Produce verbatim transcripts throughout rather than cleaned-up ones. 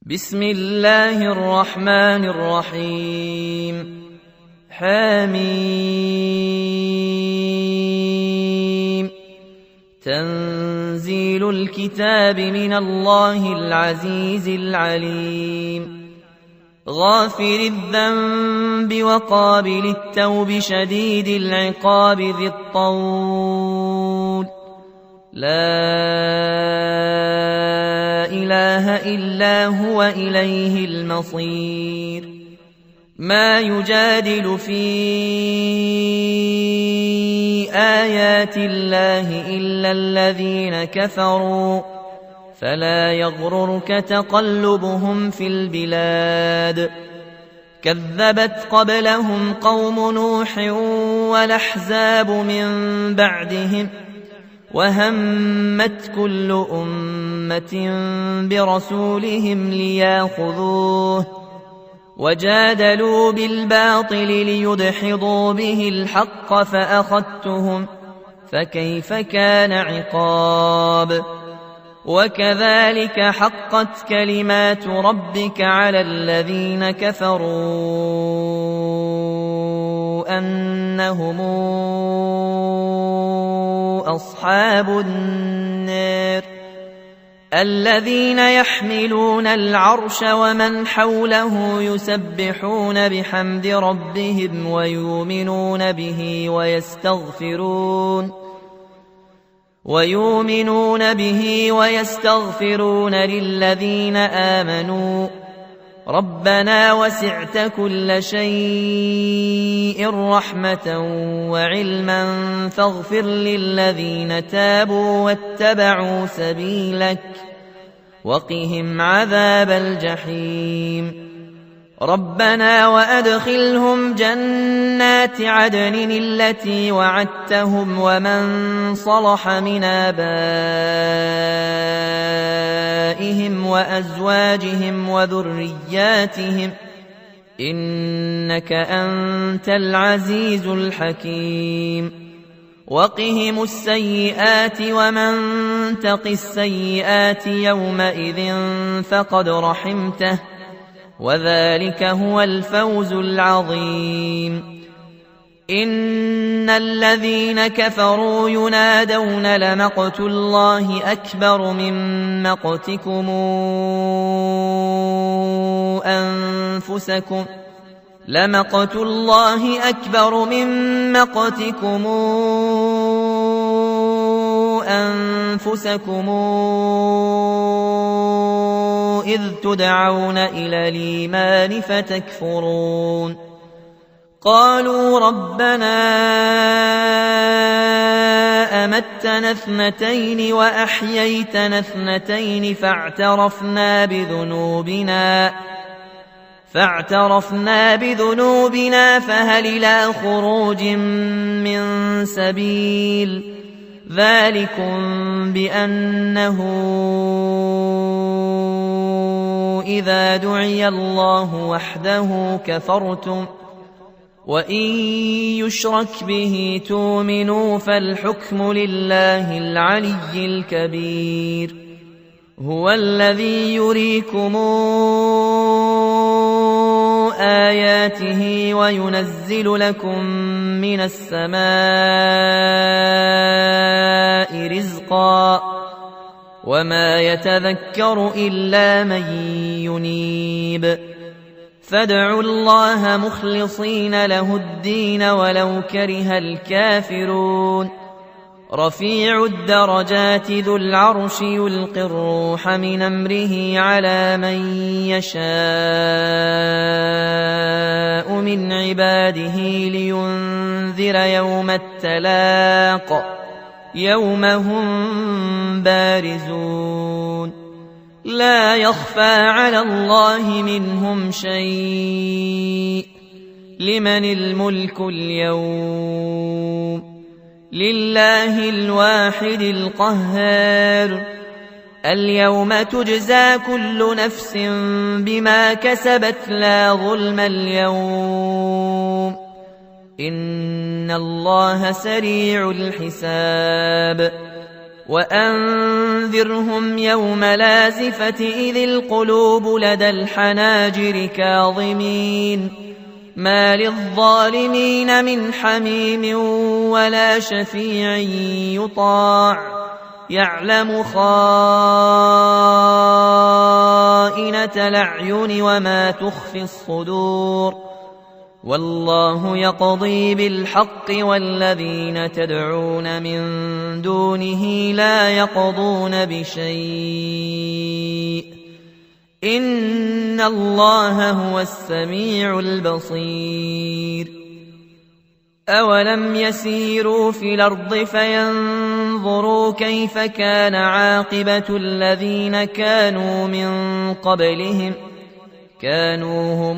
بسم الله الرحمن الرحيم. حميم. تنزيل الكتاب من الله العزيز العليم. غافر الذنب وقابل التوب شديد العقاب ذي الطول. لا إله إلا هو إليه المصير. ما يجادل في آيات الله إلا الذين كفروا فلا يغررك تقلبهم في البلاد. كذبت قبلهم قوم نوح والأحزاب من بعدهم وهمت كل أمة برسولهم لياخذوه وجادلوا بالباطل ليدحضوا به الحق فأخذتهم فكيف كان عقاب. وكذلك حقت كلمات ربك على الذين كفروا أنهم أصحاب النار الذين يحملون العرش ومن حوله يسبحون بحمد ربهم ويؤمنون به ويستغفرون ويؤمنون به ويستغفرون للذين آمنوا ربنا وسعت كل شيء رحمة وعلما فاغفر للذين تابوا واتبعوا سبيلك وقهم عذاب الجحيم. ربنا وأدخلهم جنات عدن التي وعدتهم ومن صلح من آبائهم وأزواجهم وذرياتهم إنك أنت العزيز الحكيم. وقهم السيئات ومن تق السيئات يومئذ فقد رحمته وذلك هو الفوز العظيم. إن الذين كفروا ينادون لمقت الله أكبر من مقتكم أنفسكم لمقت الله أكبر من مقتكم أنفسكم إذ تدعون إلى الإيمان فتكفرون. قالوا ربنا أمتنا اثنتين وأحييتنا اثنتين فاعترفنا بذنوبنا فاعترفنا بذنوبنا فهل إلى خروج من سبيل. ذلكم بأنه إذا دعي الله وحده كفرتم وإن يشرك به تؤمنوا فالحكم لله العلي الكبير. هو الذي يريكم آياته وينزل لكم من السماء رزقا وما يتذكر إلا من ينيب. فادعوا الله مخلصين له الدين ولو كره الكافرون. رفيع الدرجات ذو العرش يلقي الروح من أمره على من يشاء من عباده لينذر يوم التلاق يوم هم بارزون لا يخفى على الله منهم شيء. لمن الملك اليوم؟ لله الواحد القهار. اليوم تجزى كل نفس بما كسبت لا ظلم اليوم إن الله سريع الحساب. وأنذرهم يوم لازفة إذ القلوب لدى الحناجر كاظمين ما للظالمين من حميم ولا شفيع يطاع يعلم خائنة الأعين وما تخفي الصدور والله يقضي بالحق والذين تدعون من دونه لا يقضون بشيء إن الله هو السميع البصير أولم يسيروا في الأرض فينظروا كيف كان عاقبة الذين كانوا من قبلهم كانوا هم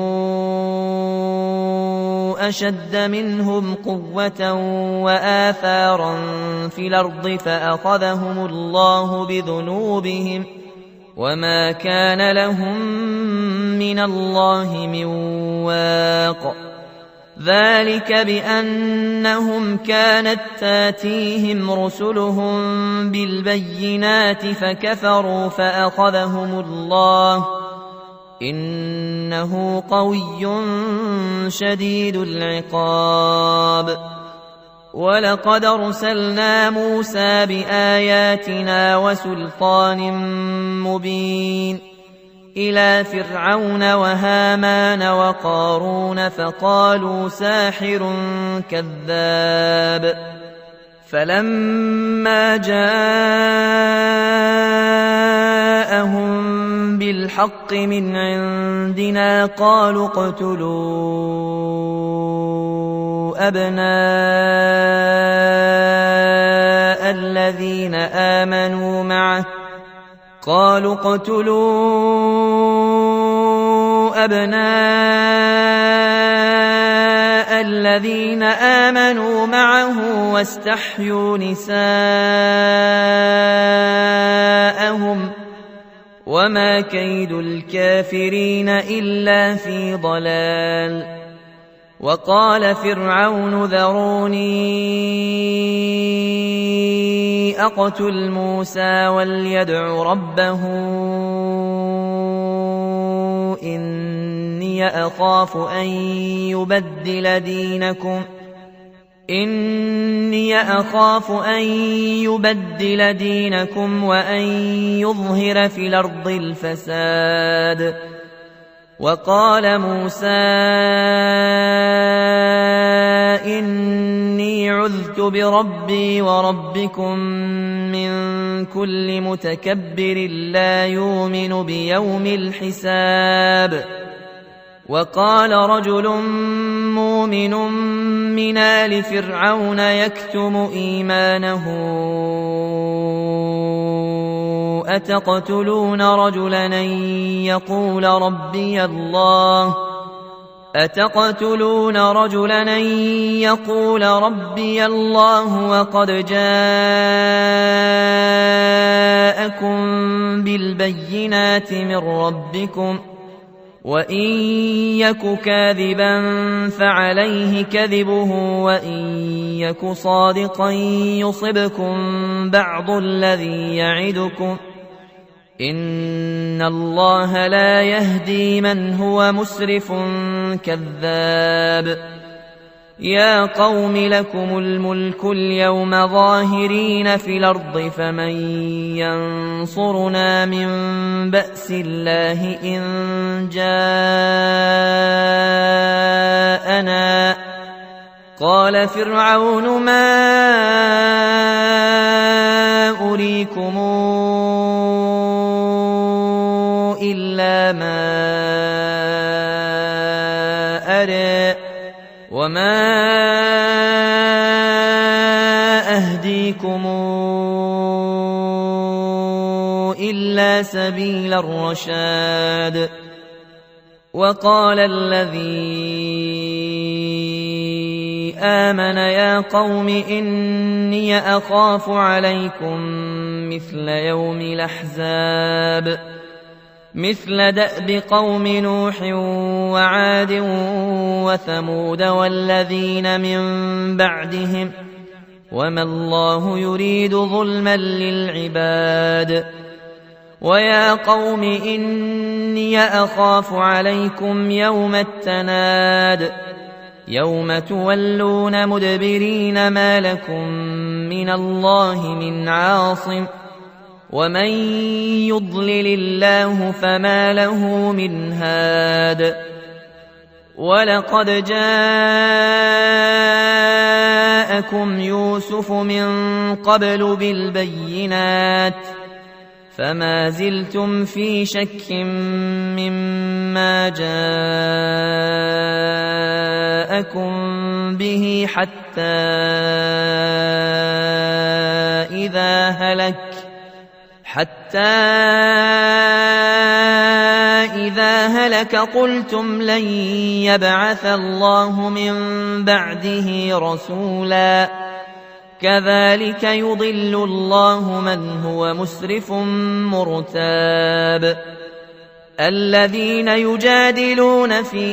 أشد منهم قوة وآثارا في الأرض فأخذهم الله بذنوبهم وما كان لهم من الله من واق ذلك بأنهم كانت تاتيهم رسلهم بالبينات فكفروا فأخذهم الله إنه قوي شديد العقاب ولقد أرسلنا موسى بآياتنا وسلطان مبين إلى فرعون وهامان وقارون فقالوا ساحر كذاب فلما جاءهم بالحق من عندنا قالوا اقتلوا أبناء الذين آمنوا معه قالوا اقتلوا أبناء الذين آمنوا معه واستحيوا نساءهم وما كيد الكافرين إلا في ضلال وقال فرعون ذروني أقتل موسى وليدع ربه إني أخاف أن يبدل دينكم إني أخاف أن يبدل دينكم وأن يظهر في الأرض الفساد وقال موسى إني عذت بربي وربكم من كل متكبر لا يؤمن بيوم الحساب وقال رجل مؤمن من آل فرعون يكتم إيمانه أتقتلون رجلا أن يقول ربي الله أتقتلون رجلا أن يقول ربي الله وقد جاءكم بالبينات من ربكم وإن يك كاذبا فعليه كذبه وإن يك صادقا يصبكم بعض الذي يعدكم إن الله لا يهدي من هو مسرف كذاب يا قوم لكم الملك اليوم ظاهرين في الأرض فمن ينصرنا من بأس الله إن جاءنا قال فرعون ما أريكم إلا ما أرى وما أهديكم إلا سبيل الرشاد وقال الذي آمن يا قوم إني أخاف عليكم مثل يوم الأحزاب مثل دأب قوم نوح وعاد وثمود والذين من بعدهم وما الله يريد ظلما للعباد. ويا قوم إني أخاف عليكم يوم التناد يوم تولون مدبرين ما لكم من الله من عاصم ومن يضلل الله فما له من هاد. ولقد جاءكم يوسف من قبل بالبينات فما زلتم في شك مما جاءكم به حتى إذا هلك حتى إذا هلك قلتم لن يبعث الله من بعده رسولا كذلك يضل الله من هو مسرف مرتاب. الذين يجادلون في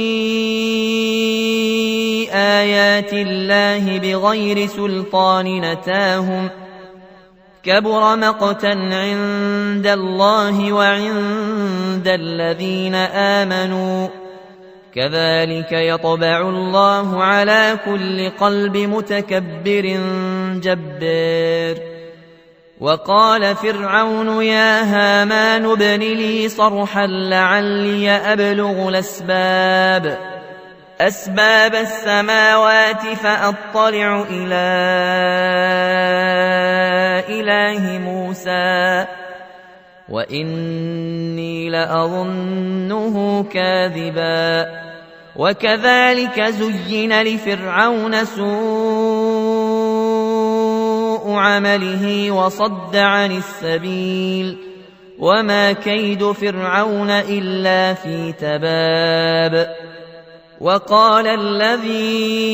آيات الله بغير سلطان أتاهم كبر مقتا عند الله وعند الذين آمنوا كذلك يطبع الله على كل قلب متكبر جبار. وقال فرعون يا هامان ابن لي صرحا لعلي أبلغ الأسباب أسباب السماوات فأطلع إلى إله موسى وإني لأظنه كاذبا. وكذلك زين لفرعون سوء عمله وصد عن السبيل وما كيد فرعون إلا في تباب. وقال الذي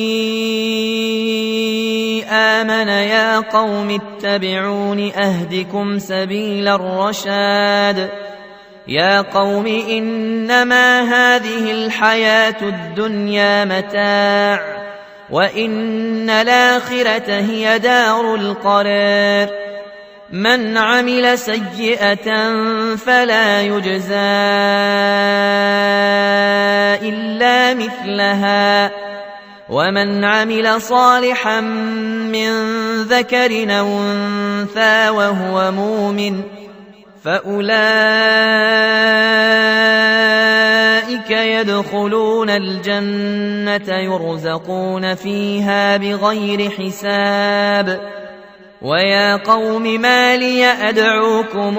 آمن يا قوم اتبعون أهدكم سبيل الرشاد. يا قوم إنما هذه الحياة الدنيا متاع وإن الآخرة هي دار القرار. من عمل سيئة فلا يجزى إلا مثلها ومن عمل صالحا من ذكر أو أنثى وهو مؤمن فأولئك يدخلون الجنة يرزقون فيها بغير حساب. ويا قوم ما لي أدعوكم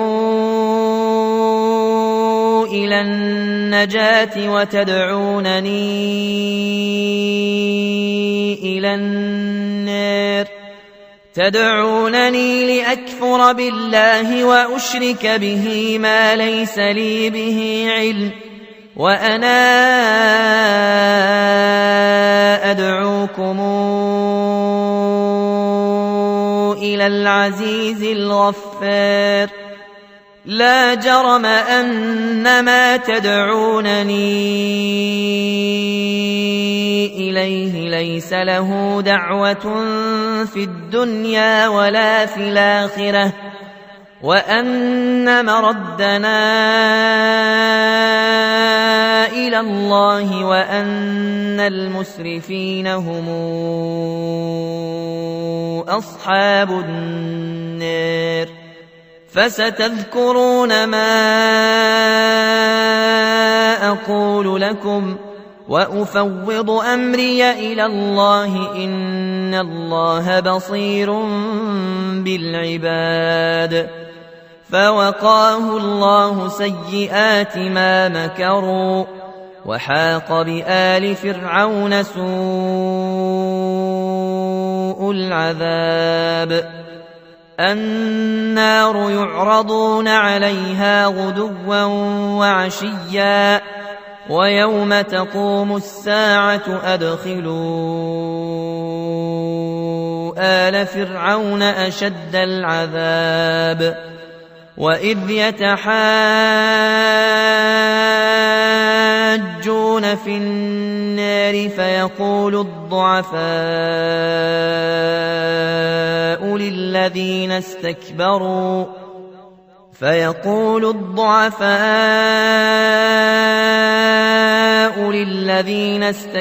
إلى النجاة وتدعونني إلى النار تدعونني لأكفر بالله وأشرك به ما ليس لي به علم وأنا أدعوكم إلى العزيز الغفار. لا جرم أن ما تدعونني إليه ليس له دعوة في الدنيا ولا في الآخرة وأن مردنا إلى الله وأن المسرفين هم أصحاب النار. فستذكرون ما أقول لكم وأفوض أمري إلى الله إن الله بصير بالعباد. فوقاه الله سيئات ما مكروا وحاق بآل فرعون سوء العذاب. النار يعرضون عليها غدوا وعشيا ويوم تقوم الساعة أدخلوا آل فرعون أشد العذاب. وإذ يتحاجون في النار فيقول الضعفاء للذين استكبروا فيقول الضعفاء للذين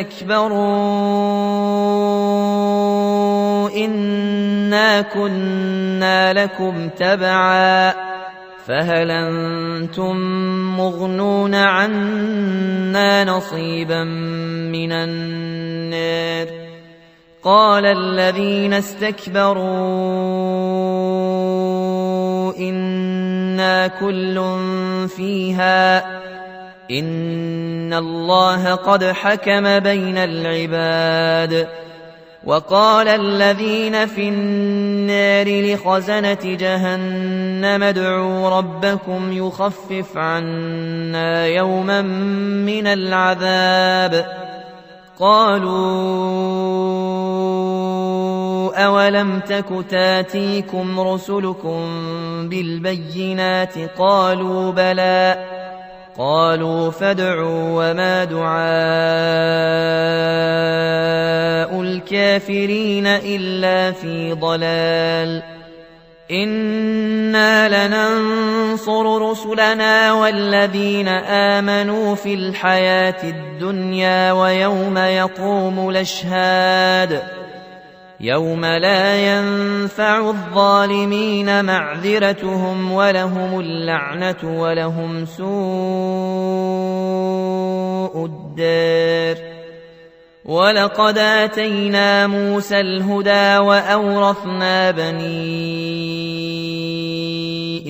استكبروا إنا كنا لكم تبعا فهل أنتم مغنون عنا نصيبا من النار قال الذين استكبروا إنا كل فيها إن الله قد حكم بين العباد وقال الذين في النار لخزنة جهنم ادعوا ربكم يخفف عنا يوما من العذاب قالوا أولم تك تاتيكم رسلكم بالبينات قالوا بلى قالوا فادعوا وما دعاء الكافرين إلا في ضلال إنا لننصر رسلنا والذين آمنوا في الحياة الدنيا ويوم يقوم الأشهاد يوم لا ينفع الظالمين معذرتهم ولهم اللعنة ولهم سوء الدار ولقد آتينا موسى الهدى وأورثنا بني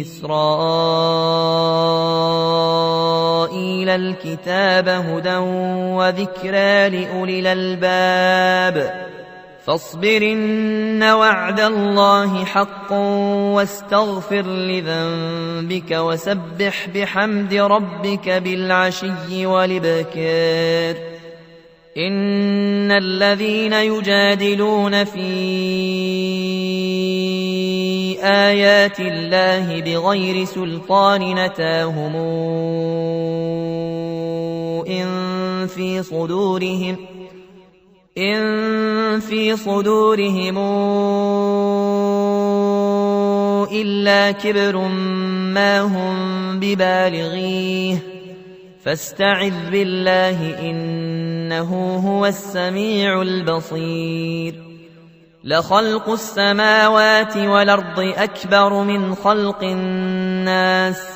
إسرائيل الكتاب هدى وذكرى لأولي الألباب فاصبر إن وعد الله حق واستغفر لذنبك وسبح بحمد ربك بالعشي والإبكار إن الذين يجادلون في آيات الله بغير سلطان أتاهم إن في صدورهم إن في صدورهم إلا كبر ما هم ببالغيه فاستعذ بالله إنه هو السميع البصير لخلق السماوات والأرض أكبر من خلق الناس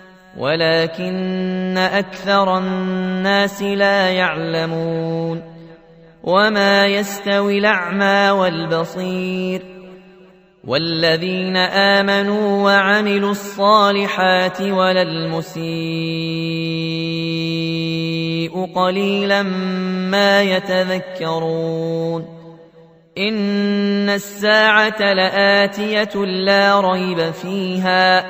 ولكن أكثر الناس لا يعلمون وما يستوي الأعمى والبصير والذين آمنوا وعملوا الصالحات ولا المسيء قليلا ما يتذكرون إن الساعة لآتية لا ريب فيها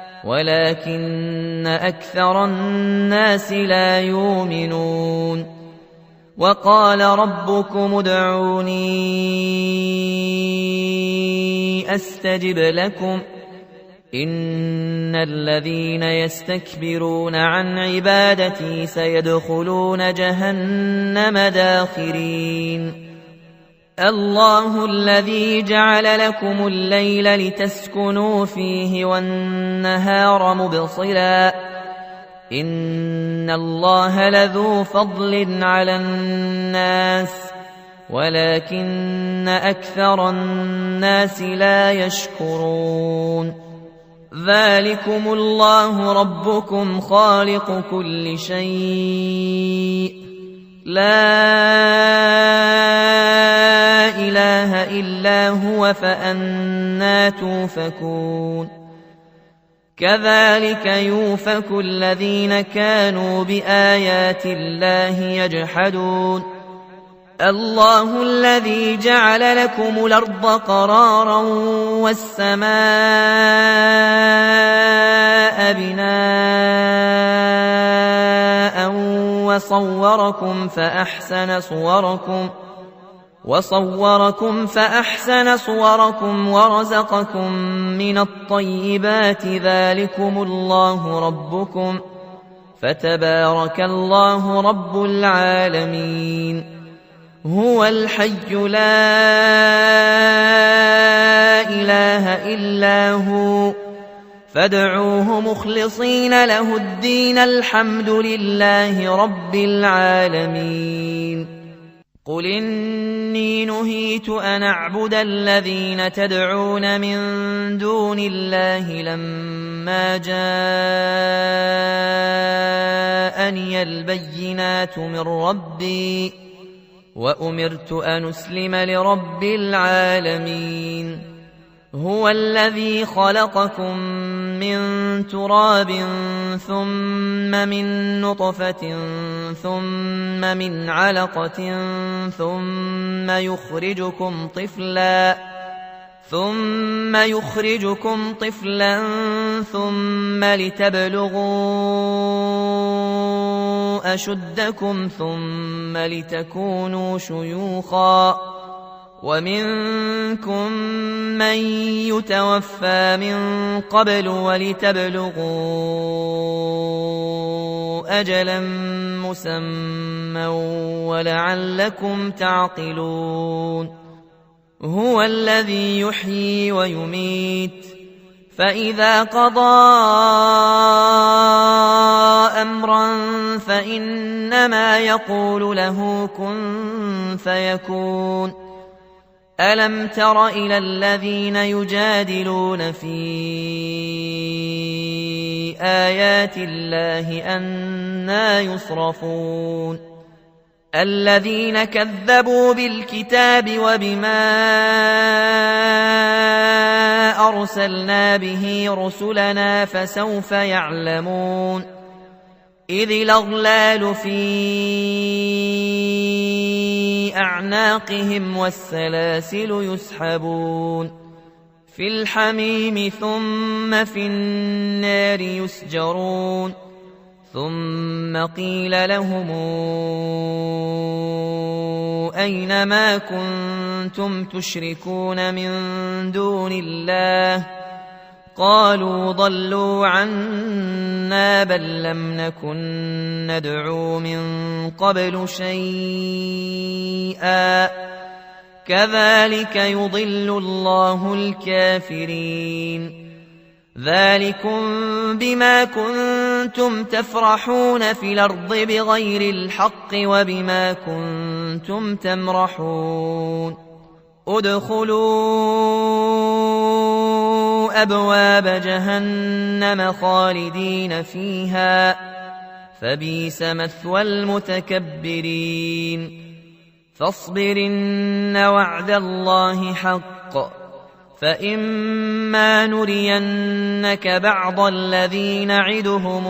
ولكن أكثر الناس لا يؤمنون وقال ربكم ادعوني أستجب لكم إن الذين يستكبرون عن عبادتي سيدخلون جهنم داخرين الله الذي جعل لكم الليل لتسكنوا فيه والنهار مبصرا إن الله لذو فضل على الناس ولكن أكثر الناس لا يشكرون ذلكم الله ربكم خالق كل شيء لا إله إلا هو فأنى توفكون كذلك يؤفك الذين كانوا بآيات الله يجحدون الله الذي جعل لكم الأرض قرارا والسماء بناء وصوركم فأحسن صوركم وصوركم فأحسن صوركم ورزقكم من الطيبات ذلكم الله ربكم فتبارك الله رب العالمين هو الحي لا إله إلا هو فادعوه مخلصين له الدين الحمد لله رب العالمين قل إني نهيت أن أعبد الذين تدعون من دون الله لما جاءني البينات من ربي وأمرت أن أسلم لرب العالمين هو الذي خلقكم من تراب ثم من نطفة ثم من علقة ثم يخرجكم طفلا ثم يخرجكم طفلا ثم لتبلغوا أشدكم ثم لتكونوا شيوخا ومنكم من يتوفى من قبل ولتبلغوا أجلا مسمى ولعلكم تعقلون هو الذي يحيي ويميت فإذا قضى أمرا فإنما يقول له كن فيكون ألم تر إلى الذين يجادلون في آيات الله أنى يصرفون الذين كذبوا بالكتاب وبما أرسلنا به رسلنا فسوف يعلمون إذ الأغلال في أعناقهم والسلاسل يسحبون في الحميم ثم في النار يسجرون ثم قيل لهم أين ما كنتم تشركون من دون الله قالوا ضلوا عنا بل لم نكن ندعو من قبل شيئا كذلك يضل الله الكافرين ذلكم بما كنتم تفرحون في الأرض بغير الحق وبما كنتم تمرحون ادخلوا أبواب جهنم خالدين فيها فبئس مثوى المتكبرين فاصبر إن وعد الله حق فإما نرينك بعض الذي نعدهم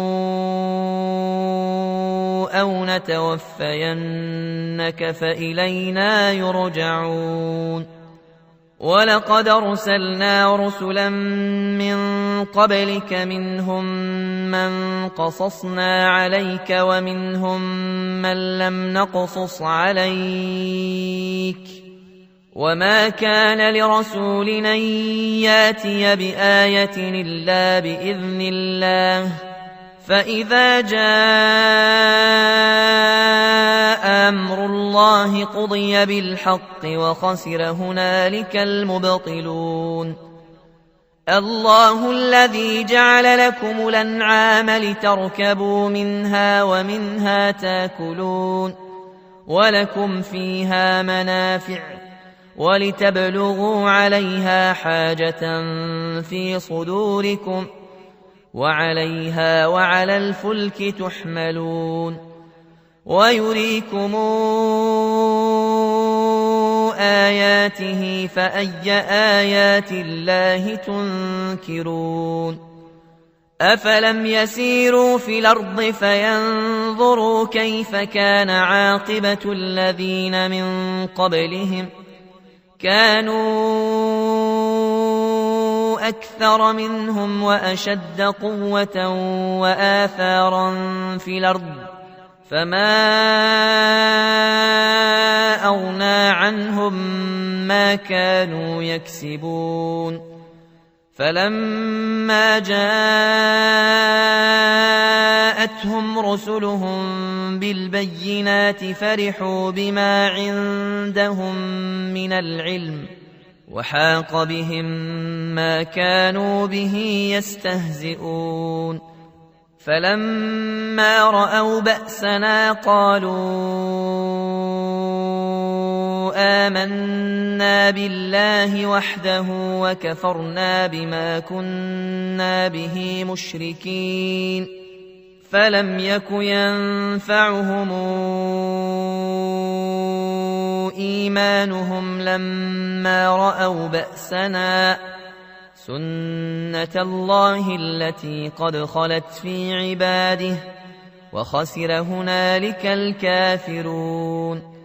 أو نتوفينك فإلينا يرجعون ولقد أرسلنا رسلا من قبلك منهم من قصصنا عليك ومنهم من لم نقصص عليك وما كان لرسول أن ياتي بآية إلا بإذن الله فإذا جاء أمر الله قضي بالحق وخسر هنالك المبطلون الله الذي جعل لكم الأنعام لتركبوا منها ومنها تاكلون ولكم فيها منافع ولتبلغوا عليها حاجة في صدوركم وعليها وعلى الفلك تحملون ويريكم آياته فأي آيات الله تنكرون أفلم يسيروا في الأرض فينظروا كيف كان عاقبة الذين من قبلهم كانوا أكثر منهم وأشد قوة وآثارا في الأرض فما أغنى عنهم ما كانوا يكسبون فلما جاءتهم رسلهم بالبينات فرحوا بما عندهم من العلم وحاق بهم ما كانوا به يستهزئون فلما رأوا بأسنا قالوا آمنا بالله وحده وكفرنا بما كنا به مشركين فلم يك ينفعهم إيمانهم لما رأوا بأسنا سنة الله التي قد خلت في عباده وخسر هنالك الكافرون